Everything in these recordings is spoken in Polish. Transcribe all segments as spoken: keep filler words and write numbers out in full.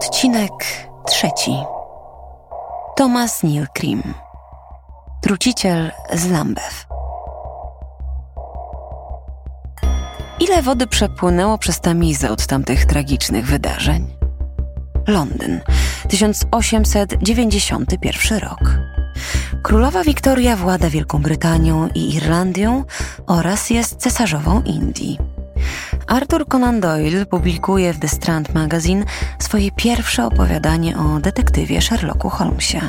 Odcinek trzeci. Thomas Neil Cream, truciciel z Lambeth. Ile wody przepłynęło przez Tamizę od tamtych tragicznych wydarzeń? Londyn, tysiąc osiemset dziewięćdziesiąty pierwszy rok. Królowa Wiktoria włada Wielką Brytanią i Irlandią oraz jest cesarzową Indii. Arthur Conan Doyle publikuje w The Strand Magazine swoje pierwsze opowiadanie o detektywie Sherlocku Holmesie.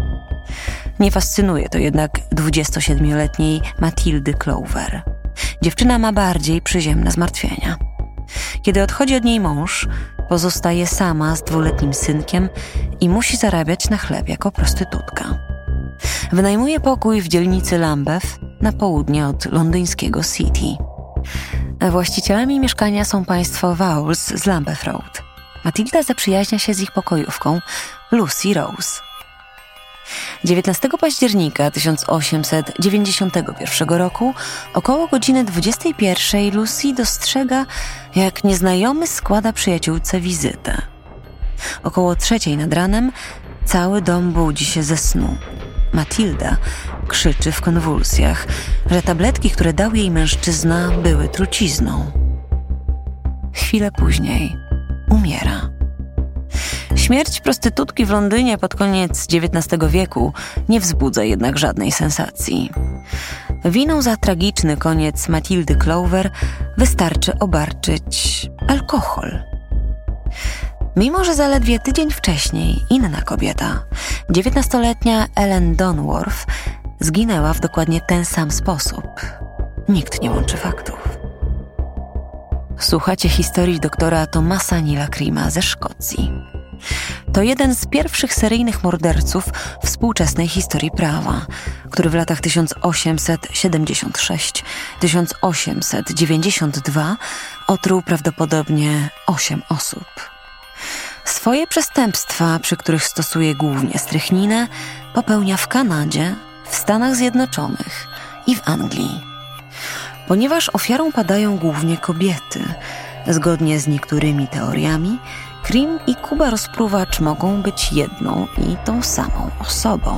Nie fascynuje to jednak dwudziestosiedmioletniej Matildy Clover. Dziewczyna ma bardziej przyziemne zmartwienia. Kiedy odchodzi od niej mąż, pozostaje sama z dwuletnim synkiem i musi zarabiać na chleb jako prostytutka. Wynajmuje pokój w dzielnicy Lambeth na południe od londyńskiego City. Właścicielami mieszkania są państwo Vowles z Lambeth Road. Matilda zaprzyjaźnia się z ich pokojówką Lucy Rose. dziewiętnastego października tysiąc osiemset dziewięćdziesiątego pierwszego roku około godziny dwudziestej pierwszej Lucy dostrzega, jak nieznajomy składa przyjaciółce wizytę. Około trzeciej nad ranem cały dom budzi się ze snu. Matilda krzyczy w konwulsjach, że tabletki, które dał jej mężczyzna, były trucizną. Chwilę później umiera. Śmierć prostytutki w Londynie pod koniec dziewiętnastego wieku nie wzbudza jednak żadnej sensacji. Winą za tragiczny koniec Matildy Clover wystarczy obarczyć alkohol. Mimo że zaledwie tydzień wcześniej inna kobieta, dziewiętnastoletnia Ellen Donworth, zginęła w dokładnie ten sam sposób. Nikt nie łączy faktów. Słuchacie historii doktora Thomasa Neila Creama ze Szkocji. To jeden z pierwszych seryjnych morderców współczesnej historii prawa, który w latach tysiąc osiemset siedemdziesiąt sześć do tysiąc osiemset dziewięćdziesiąt dwa otruł prawdopodobnie osiem osób. Swoje przestępstwa, przy których stosuje głównie strychninę, popełnia w Kanadzie, w Stanach Zjednoczonych i w Anglii. Ponieważ ofiarą padają głównie kobiety, zgodnie z niektórymi teoriami, Cream i Kuba Rozpruwacz mogą być jedną i tą samą osobą.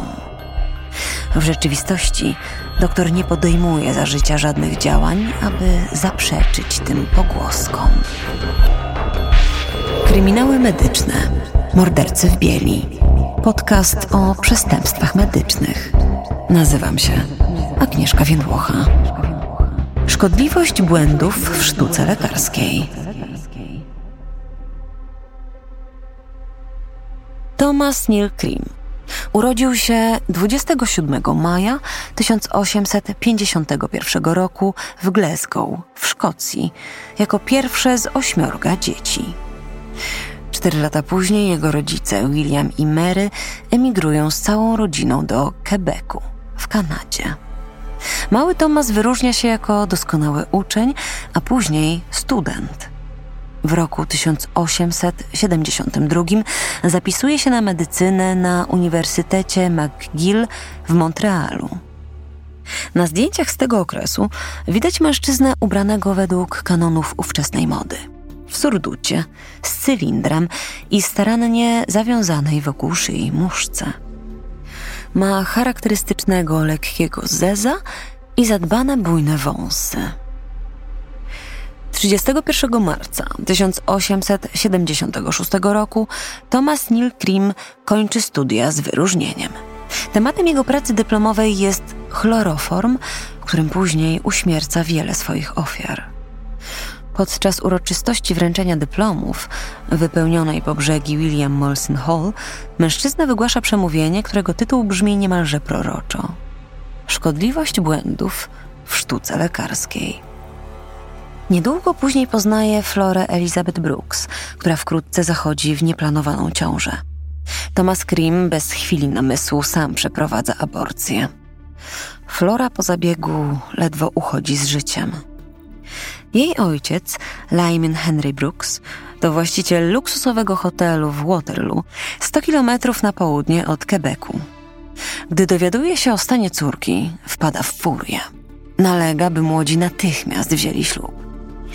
W rzeczywistości doktor nie podejmuje za życia żadnych działań, aby zaprzeczyć tym pogłoskom. Kryminały medyczne. Mordercy w bieli. Podcast o przestępstwach medycznych. Nazywam się Agnieszka Więdłocha. Szkodliwość błędów w sztuce lekarskiej. Thomas Neil Cream urodził się dwudziestego siódmego maja tysiąc osiemset pięćdziesiątego pierwszego roku w Glasgow, w Szkocji, jako pierwsze z ośmiorga dzieci. Cztery lata później jego rodzice William i Mary emigrują z całą rodziną do Quebecu, w Kanadzie. Mały Thomas wyróżnia się jako doskonały uczeń, a później student. W roku tysiąc osiemset siedemdziesiątym drugim zapisuje się na medycynę na Uniwersytecie McGill w Montrealu. Na zdjęciach z tego okresu widać mężczyznę ubranego według kanonów ówczesnej mody. W surducie, z cylindrem i starannie zawiązanej wokół szyi muszce. Ma charakterystycznego lekkiego zeza i zadbane bujne wąsy. trzydziestego pierwszego marca tysiąc osiemset siedemdziesiątego szóstego roku Thomas Neil Cream kończy studia z wyróżnieniem. Tematem jego pracy dyplomowej jest chloroform, którym później uśmierca wiele swoich ofiar. Podczas uroczystości wręczenia dyplomów, wypełnionej po brzegi William Molson Hall, mężczyzna wygłasza przemówienie, którego tytuł brzmi niemalże proroczo. Szkodliwość błędów w sztuce lekarskiej. Niedługo później poznaje Florę Elizabeth Brooks, która wkrótce zachodzi w nieplanowaną ciążę. Thomas Cream bez chwili namysłu sam przeprowadza aborcję. Flora po zabiegu ledwo uchodzi z życiem. Jej ojciec, Lyman Henry Brooks, to właściciel luksusowego hotelu w Waterloo, sto kilometrów na południe od Quebecu. Gdy dowiaduje się o stanie córki, wpada w furię. Nalega, by młodzi natychmiast wzięli ślub.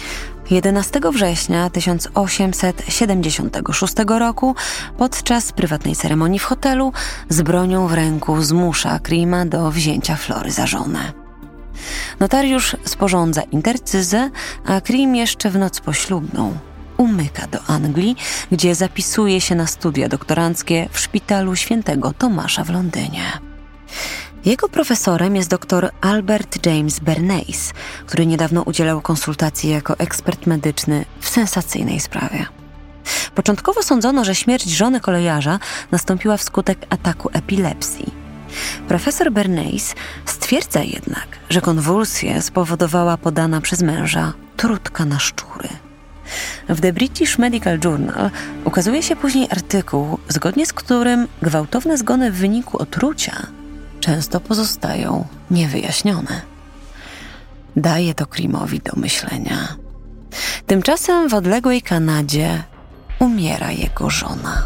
jedenastego września tysiąc osiemset siedemdziesiątego szóstego roku podczas prywatnej ceremonii w hotelu z bronią w ręku zmusza Creama do wzięcia Flory za żonę. Notariusz sporządza intercyzę, a Cream jeszcze w noc poślubną umyka do Anglii, gdzie zapisuje się na studia doktoranckie w szpitalu świętego Tomasza w Londynie. Jego profesorem jest dr Albert James Bernays, który niedawno udzielał konsultacji jako ekspert medyczny w sensacyjnej sprawie. Początkowo sądzono, że śmierć żony kolejarza nastąpiła wskutek ataku epilepsji. Profesor Bernays stwierdza jednak, że konwulsję spowodowała podana przez męża trutka na szczury. W The British Medical Journal ukazuje się później artykuł, zgodnie z którym gwałtowne zgony w wyniku otrucia często pozostają niewyjaśnione. Daje to Creamowi do myślenia. Tymczasem w odległej Kanadzie umiera jego żona.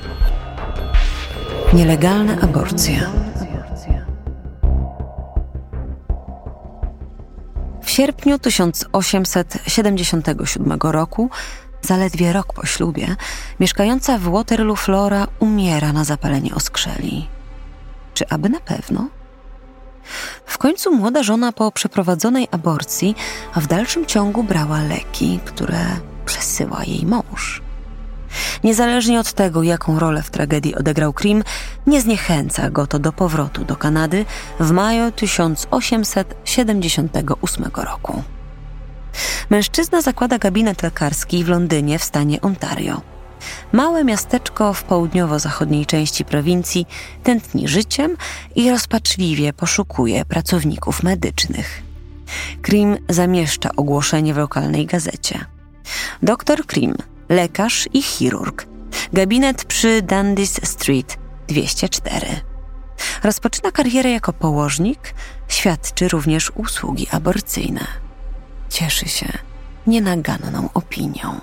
Nielegalne aborcje. W sierpniu tysiąc osiemset siedemdziesiątego siódmego roku, zaledwie rok po ślubie, mieszkająca w Waterloo Flora umiera na zapalenie oskrzeli. Czy aby na pewno? W końcu młoda żona po przeprowadzonej aborcji, a w dalszym ciągu brała leki, które przesyła jej mąż. Niezależnie od tego, jaką rolę w tragedii odegrał Cream, nie zniechęca go to do powrotu do Kanady w maju tysiąc osiemset siedemdziesiątego ósmego roku. Mężczyzna zakłada gabinet lekarski w Londynie w stanie Ontario. Małe miasteczko w południowo-zachodniej części prowincji tętni życiem i rozpaczliwie poszukuje pracowników medycznych. Cream zamieszcza ogłoszenie w lokalnej gazecie. Doktor Cream, lekarz i chirurg. Gabinet przy Dundas Street dwieście cztery. Rozpoczyna karierę jako położnik, świadczy również usługi aborcyjne. Cieszy się nienaganną opinią.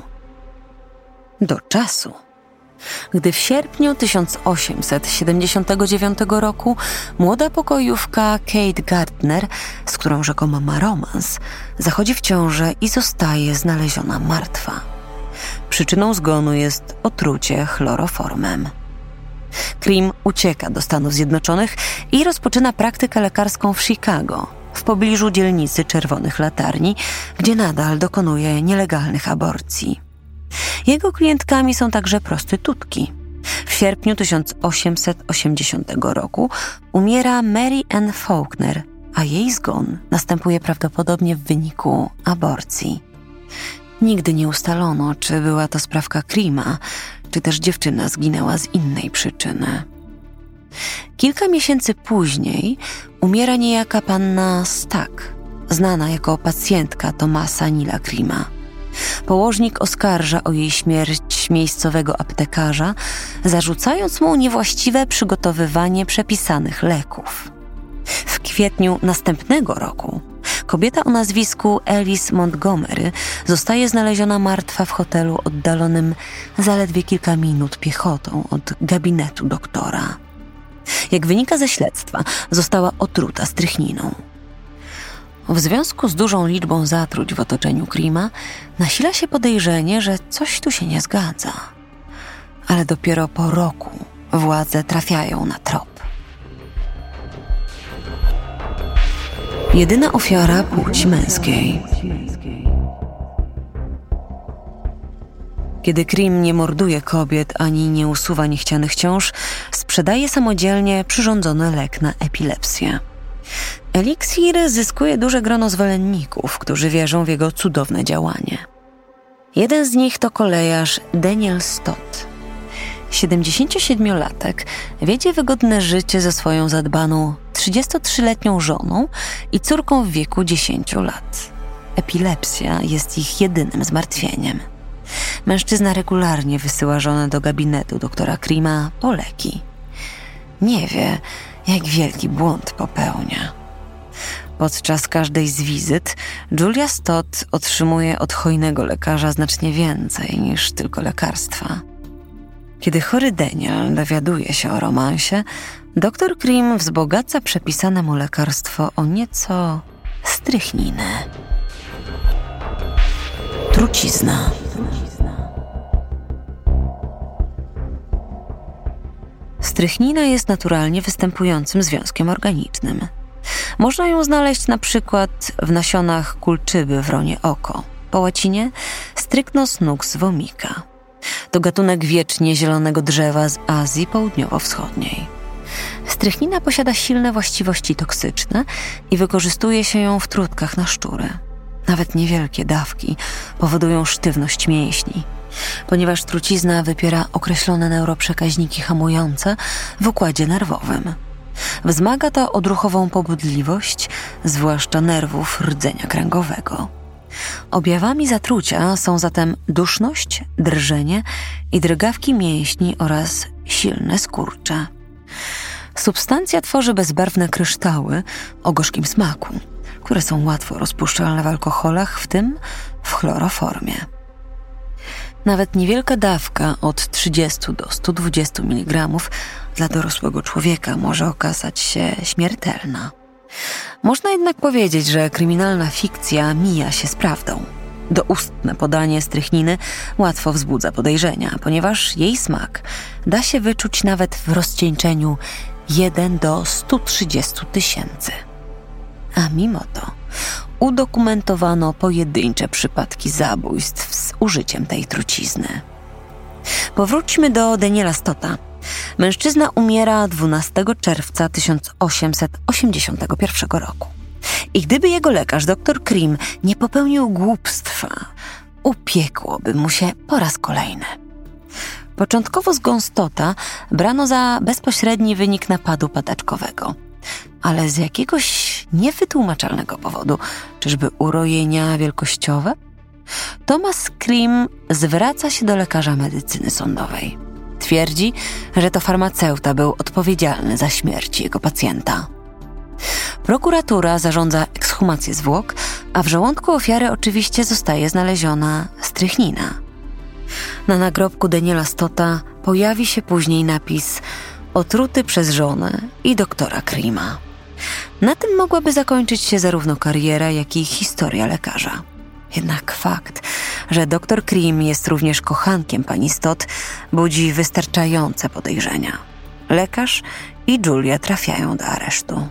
Do czasu, gdy w sierpniu tysiąc osiemset siedemdziesiątego dziewiątego roku młoda pokojówka Kate Gardner, z którą rzekomo ma romans, zachodzi w ciążę i zostaje znaleziona martwa. Przyczyną zgonu jest otrucie chloroformem. Cream ucieka do Stanów Zjednoczonych i rozpoczyna praktykę lekarską w Chicago, w pobliżu dzielnicy Czerwonych Latarni, gdzie nadal dokonuje nielegalnych aborcji. Jego klientkami są także prostytutki. W sierpniu tysiąc osiemset osiemdziesiątego roku umiera Mary Ann Faulkner, a jej zgon następuje prawdopodobnie w wyniku aborcji. Nigdy nie ustalono, czy była to sprawka Creama, czy też dziewczyna zginęła z innej przyczyny. Kilka miesięcy później umiera niejaka panna Stack, znana jako pacjentka Thomasa Neila Creama. Położnik oskarża o jej śmierć miejscowego aptekarza, zarzucając mu niewłaściwe przygotowywanie przepisanych leków. W kwietniu następnego roku kobieta o nazwisku Alice Montgomery zostaje znaleziona martwa w hotelu oddalonym zaledwie kilka minut piechotą od gabinetu doktora. Jak wynika ze śledztwa, została otruta strychniną. W związku z dużą liczbą zatruć w otoczeniu Creama nasila się podejrzenie, że coś tu się nie zgadza. Ale dopiero po roku władze trafiają na trop. Jedyna ofiara płci męskiej. Kiedy Cream nie morduje kobiet ani nie usuwa niechcianych ciąż, sprzedaje samodzielnie przyrządzony lek na epilepsję. Eliksir zyskuje duże grono zwolenników, którzy wierzą w jego cudowne działanie. Jeden z nich to kolejarz Daniel Stott. siedemdziesięciosiedmiolatek wiedzie wygodne życie ze swoją zadbaną trzydziestotrzyletnią żoną i córką w wieku dziesięciu lat. Epilepsja jest ich jedynym zmartwieniem. Mężczyzna regularnie wysyła żonę do gabinetu doktora Creama po leki. Nie wie, jak wielki błąd popełnia. Podczas każdej z wizyt Julia Stott otrzymuje od hojnego lekarza znacznie więcej niż tylko lekarstwa. Kiedy chory Daniel dowiaduje się o romansie, doktor Cream wzbogaca przepisane mu lekarstwo o nieco strychninę. Trucizna. Strychnina jest naturalnie występującym związkiem organicznym. Można ją znaleźć na przykład w nasionach kulczyby wronie oko, po łacinie Strychnos nux vomica. To gatunek wiecznie zielonego drzewa z Azji Południowo-Wschodniej. Strychnina posiada silne właściwości toksyczne i wykorzystuje się ją w trutkach na szczury. Nawet niewielkie dawki powodują sztywność mięśni, ponieważ trucizna wypiera określone neuroprzekaźniki hamujące w układzie nerwowym. Wzmaga to odruchową pobudliwość, zwłaszcza nerwów rdzenia kręgowego. Objawami zatrucia są zatem duszność, drżenie i drgawki mięśni oraz silne skurcze. Substancja tworzy bezbarwne kryształy o gorzkim smaku, które są łatwo rozpuszczalne w alkoholach, w tym w chloroformie. Nawet niewielka dawka od trzydziestu do stu dwudziestu miligramów dla dorosłego człowieka może okazać się śmiertelna. Można jednak powiedzieć, że kryminalna fikcja mija się z prawdą. Doustne podanie strychniny łatwo wzbudza podejrzenia, ponieważ jej smak da się wyczuć nawet w rozcieńczeniu jeden do stu trzydziestu tysięcy. A mimo to udokumentowano pojedyncze przypadki zabójstw z użyciem tej trucizny. Powróćmy do Daniela Stotta. Mężczyzna umiera dwunastego czerwca tysiąc osiemset osiemdziesiątego pierwszego roku. I gdyby jego lekarz, dr Krim, nie popełnił głupstwa, upiekłoby mu się po raz kolejny. Początkowo zgon Stotta brano za bezpośredni wynik napadu padaczkowego, ale z jakiegoś niewytłumaczalnego powodu, czyżby urojenia wielkościowe, Thomas Krim zwraca się do lekarza medycyny sądowej. Twierdzi, że to farmaceuta był odpowiedzialny za śmierć jego pacjenta. Prokuratura zarządza ekshumację zwłok, a w żołądku ofiary oczywiście zostaje znaleziona strychnina. Na nagrobku Daniela Stotta pojawi się później napis otruty przez żonę i doktora Krima. Na tym mogłaby zakończyć się zarówno kariera, jak i historia lekarza. Jednak fakt, że doktor Krim jest również kochankiem pani Stott, budzi wystarczające podejrzenia. Lekarz i Julia trafiają do aresztu.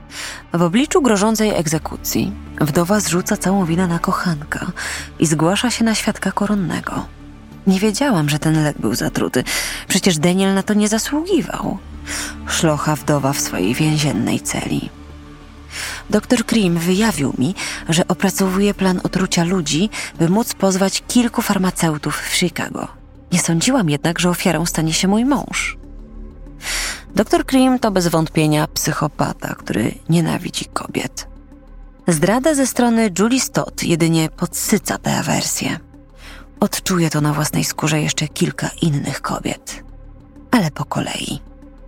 W obliczu grożącej egzekucji wdowa zrzuca całą winę na kochanka i zgłasza się na świadka koronnego. Nie wiedziałam, że ten lek był zatruty. Przecież Daniel na to nie zasługiwał. Szlocha wdowa w swojej więziennej celi. Doktor Krim wyjawił mi, że opracowuje plan otrucia ludzi, by móc pozwać kilku farmaceutów w Chicago. Nie sądziłam jednak, że ofiarą stanie się mój mąż. Doktor Krim to bez wątpienia psychopata, który nienawidzi kobiet. Zdrada ze strony Julie Stott jedynie podsyca tę awersję. Odczuje to na własnej skórze jeszcze kilka innych kobiet. Ale po kolei.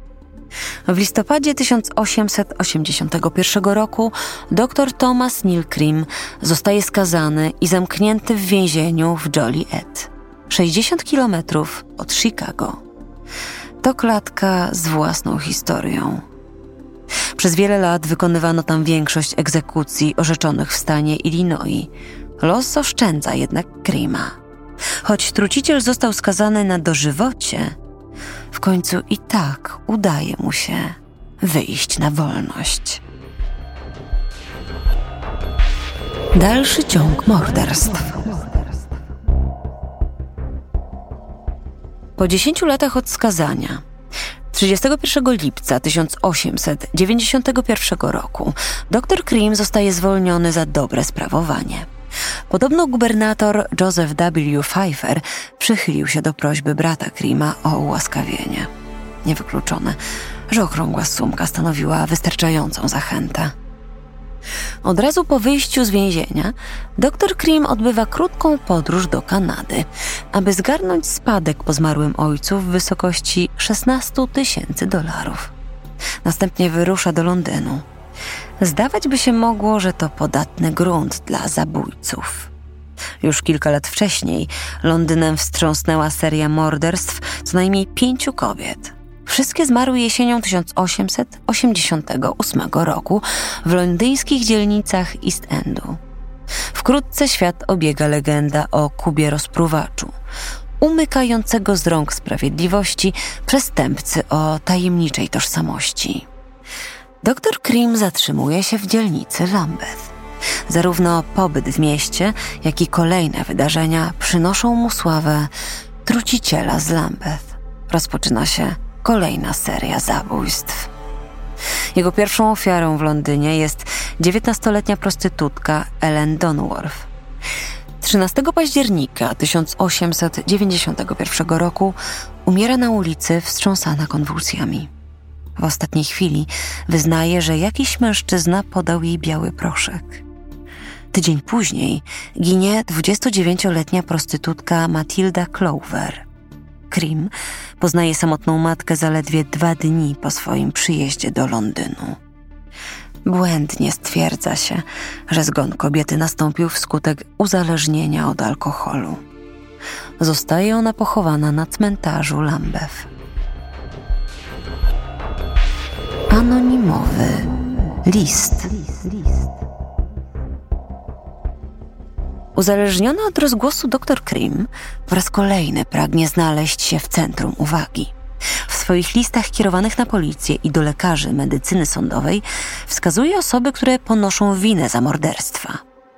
W listopadzie tysiąc osiemset osiemdziesiątego pierwszego roku dr Thomas Neil Krim zostaje skazany i zamknięty w więzieniu w Joliet, sześćdziesiąt kilometrów od Chicago. To klatka z własną historią. Przez wiele lat wykonywano tam większość egzekucji orzeczonych w stanie Illinois. Los oszczędza jednak Krima. Choć truciciel został skazany na dożywocie, w końcu i tak udaje mu się wyjść na wolność. Dalszy ciąg morderstw. Po dziesięciu latach od skazania, trzydziestego pierwszego lipca tysiąc osiemset dziewięćdziesiątego pierwszego roku, dr Krim zostaje zwolniony za dobre sprawowanie. Podobno gubernator Joseph W. Pfeiffer przychylił się do prośby brata Krima o ułaskawienie. Niewykluczone, że okrągła sumka stanowiła wystarczającą zachętę. Od razu po wyjściu z więzienia dr Krim odbywa krótką podróż do Kanady, aby zgarnąć spadek po zmarłym ojcu w wysokości szesnaście tysięcy dolarów. Następnie wyrusza do Londynu. Zdawać by się mogło, że to podatny grunt dla zabójców. Już kilka lat wcześniej Londynem wstrząsnęła seria morderstw co najmniej pięciu kobiet. Wszystkie zmarły jesienią tysiąc osiemset osiemdziesiątego ósmego roku w londyńskich dzielnicach East Endu. Wkrótce świat obiega legenda o Kubie rozpruwaczu, umykającego z rąk sprawiedliwości przestępcy o tajemniczej tożsamości. Doktor Cream zatrzymuje się w dzielnicy Lambeth. Zarówno pobyt w mieście, jak i kolejne wydarzenia przynoszą mu sławę truciciela z Lambeth. Rozpoczyna się kolejna seria zabójstw. Jego pierwszą ofiarą w Londynie jest dziewiętnastoletnia prostytutka Ellen Donworth. trzynastego października tysiąc osiemset dziewięćdziesiątego pierwszego roku umiera na ulicy wstrząsana konwulsjami. W ostatniej chwili wyznaje, że jakiś mężczyzna podał jej biały proszek. Tydzień później ginie dwudziestodziewięcioletnia prostytutka Matilda Clover. Cream poznaje samotną matkę zaledwie dwa dni po swoim przyjeździe do Londynu. Błędnie stwierdza się, że zgon kobiety nastąpił wskutek uzależnienia od alkoholu. Zostaje ona pochowana na cmentarzu Lambeth. Anonimowy list. Uzależniony od rozgłosu doktor Cream po raz kolejny pragnie znaleźć się w centrum uwagi. W swoich listach kierowanych na policję i do lekarzy medycyny sądowej wskazuje osoby, które ponoszą winę za morderstwa.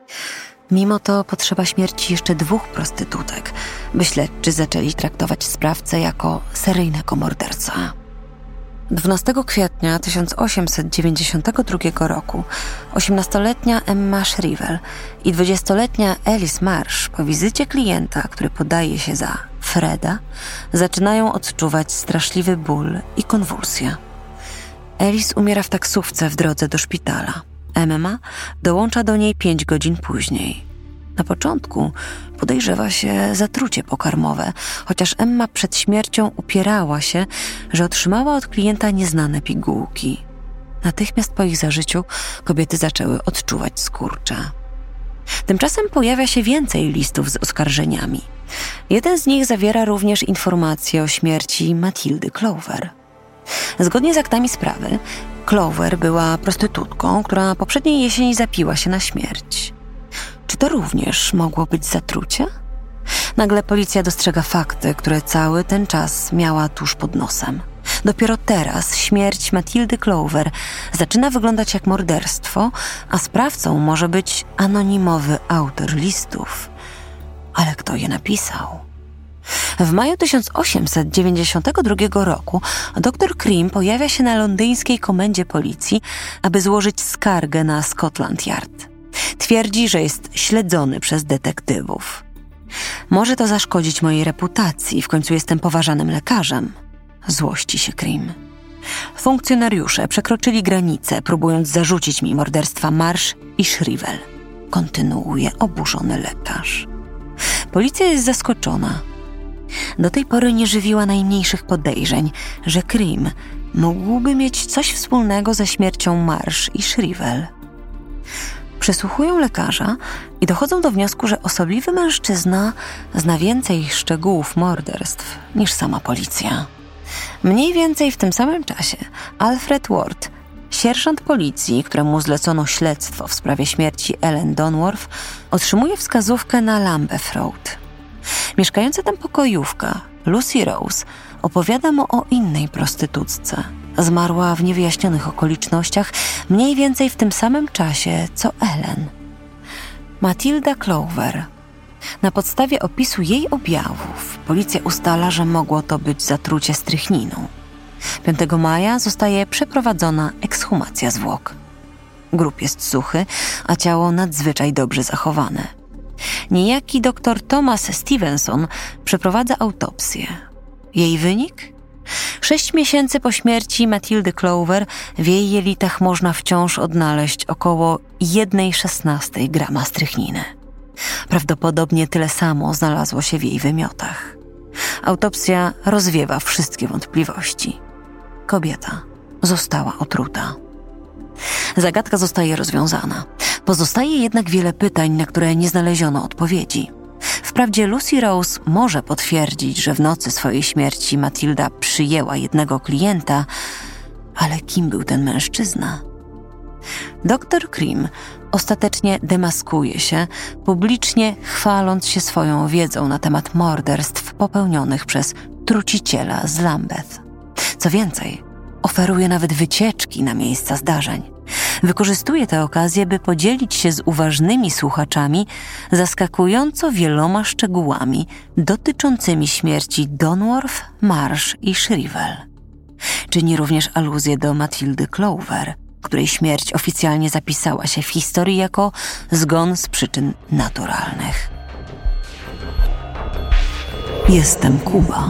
Mimo to potrzeba śmierci jeszcze dwóch prostytutek, by śledczy zaczęli traktować sprawcę jako seryjnego mordercę. dwunastego kwietnia tysiąc osiemset dziewięćdziesiątego drugiego roku osiemnastoletnia Emma Shriver i dwudziestoletnia Alice Marsh po wizycie klienta, który podaje się za Freda, zaczynają odczuwać straszliwy ból i konwulsje. Alice umiera w taksówce w drodze do szpitala. Emma dołącza do niej pięć godzin później. Na początku podejrzewa się zatrucie pokarmowe, chociaż Emma przed śmiercią upierała się, że otrzymała od klienta nieznane pigułki. Natychmiast po ich zażyciu kobiety zaczęły odczuwać skurcze. Tymczasem pojawia się więcej listów z oskarżeniami. Jeden z nich zawiera również informacje o śmierci Matildy Clover. Zgodnie z aktami sprawy, Clover była prostytutką, która poprzedniej jesieni zapiła się na śmierć. Czy to również mogło być zatrucie? Nagle policja dostrzega fakty, które cały ten czas miała tuż pod nosem. Dopiero teraz śmierć Matildy Clover zaczyna wyglądać jak morderstwo, a sprawcą może być anonimowy autor listów. Ale kto je napisał? W maju tysiąc osiemset dziewięćdziesiątego drugiego roku doktor Cream pojawia się na londyńskiej komendzie policji, aby złożyć skargę na Scotland Yard. Twierdzi, że jest śledzony przez detektywów. Może to zaszkodzić mojej reputacji, w końcu jestem poważanym lekarzem. Złości się Cream. Funkcjonariusze przekroczyli granicę, próbując zarzucić mi morderstwa Marsh i Shriver. Kontynuuje oburzony lekarz. Policja jest zaskoczona. Do tej pory nie żywiła najmniejszych podejrzeń, że Cream mógłby mieć coś wspólnego ze śmiercią Marsh i Shriver. Przesłuchują lekarza i dochodzą do wniosku, że osobliwy mężczyzna zna więcej szczegółów morderstw niż sama policja. Mniej więcej w tym samym czasie Alfred Ward, sierżant policji, któremu zlecono śledztwo w sprawie śmierci Ellen Donworth, otrzymuje wskazówkę na Lambeth Road. Mieszkająca tam pokojówka, Lucy Rose, opowiada mu o innej prostytutce. Zmarła w niewyjaśnionych okolicznościach mniej więcej w tym samym czasie, co Ellen. Matilda Clover. Na podstawie opisu jej objawów policja ustala, że mogło to być zatrucie strychniną. piątego maja zostaje przeprowadzona ekshumacja zwłok. Grób jest suchy, a ciało nadzwyczaj dobrze zachowane. Niejaki dr Thomas Stevenson przeprowadza autopsję. Jej wynik? Sześć miesięcy po śmierci Matildy Clover w jej jelitach można wciąż odnaleźć około jedna szesnasta grama strychniny. Prawdopodobnie tyle samo znalazło się w jej wymiotach. Autopsja rozwiewa wszystkie wątpliwości. Kobieta została otruta. Zagadka zostaje rozwiązana. Pozostaje jednak wiele pytań, na które nie znaleziono odpowiedzi. Wprawdzie Lucy Rose może potwierdzić, że w nocy swojej śmierci Matilda przyjęła jednego klienta, ale kim był ten mężczyzna? doktor Cream ostatecznie demaskuje się, publicznie chwaląc się swoją wiedzą na temat morderstw popełnionych przez truciciela z Lambeth. Co więcej, oferuje nawet wycieczki na miejsca zdarzeń. Wykorzystuje tę okazję, by podzielić się z uważnymi słuchaczami zaskakująco wieloma szczegółami dotyczącymi śmierci Donworth, Marsh i Shrivel. Czyni również aluzję do Matildy Clover, której śmierć oficjalnie zapisała się w historii jako zgon z przyczyn naturalnych. Jestem Kuba.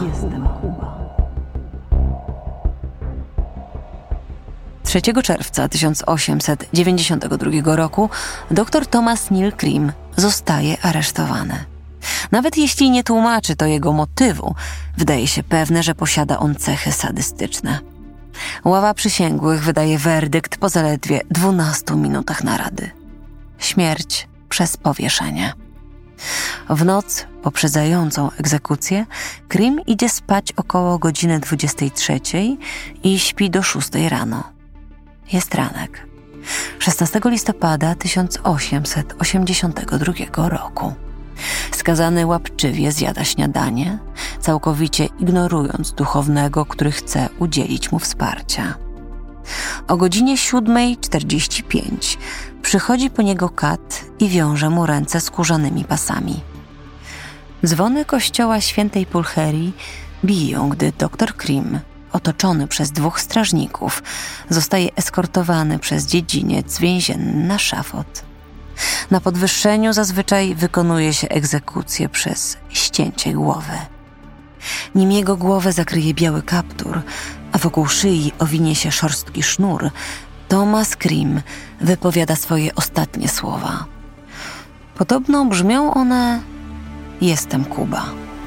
trzeciego czerwca tysiąc osiemset dziewięćdziesiątego drugiego roku dr Thomas Neil Cream zostaje aresztowany. Nawet jeśli nie tłumaczy to jego motywu, wydaje się pewne, że posiada on cechy sadystyczne. Ława przysięgłych wydaje werdykt po zaledwie dwunastu minutach narady. Śmierć przez powieszenie. W noc poprzedzającą egzekucję Cream idzie spać około godziny dwudziestej trzeciej i śpi do szóstej rano. Jest ranek. szesnastego listopada tysiąc osiemset osiemdziesiątego drugiego roku. Skazany łapczywie zjada śniadanie, całkowicie ignorując duchownego, który chce udzielić mu wsparcia. O godzinie siódmej czterdzieści pięć przychodzi po niego kat i wiąże mu ręce skórzanymi pasami. Dzwony kościoła świętej Pulcherii biją, gdy doktor Cream, otoczony przez dwóch strażników, zostaje eskortowany przez dziedziniec więzienny na szafot. Na podwyższeniu zazwyczaj wykonuje się egzekucję przez ścięcie głowy. Nim jego głowę zakryje biały kaptur, a wokół szyi owinie się szorstki sznur, Thomas Cream wypowiada swoje ostatnie słowa. Podobno brzmią one: jestem Kuba.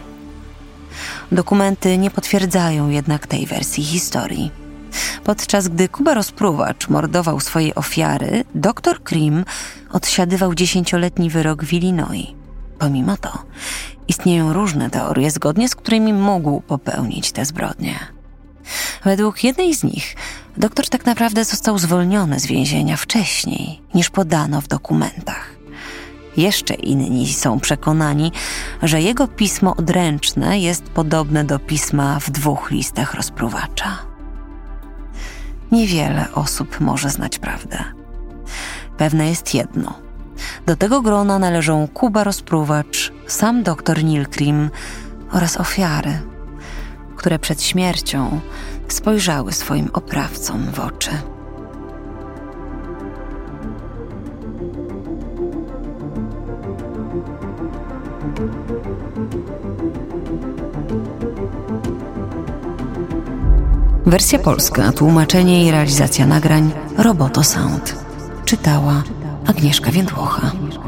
Dokumenty nie potwierdzają jednak tej wersji historii. Podczas gdy Kuba Rozpruwacz mordował swoje ofiary, doktor Cream odsiadywał dziesięcioletni wyrok w Illinois. Pomimo to istnieją różne teorie, zgodnie z którymi mógł popełnić te zbrodnie. Według jednej z nich doktor tak naprawdę został zwolniony z więzienia wcześniej, niż podano w dokumentach. Jeszcze inni są przekonani, że jego pismo odręczne jest podobne do pisma w dwóch listach Rozpruwacza. Niewiele osób może znać prawdę. Pewne jest jedno. Do tego grona należą Kuba Rozpruwacz, sam doktor Neil Cream oraz ofiary, które przed śmiercią spojrzały swoim oprawcom w oczy. Wersja polska, tłumaczenie i realizacja nagrań Roboto Sound. Czytała Agnieszka Więdłocha.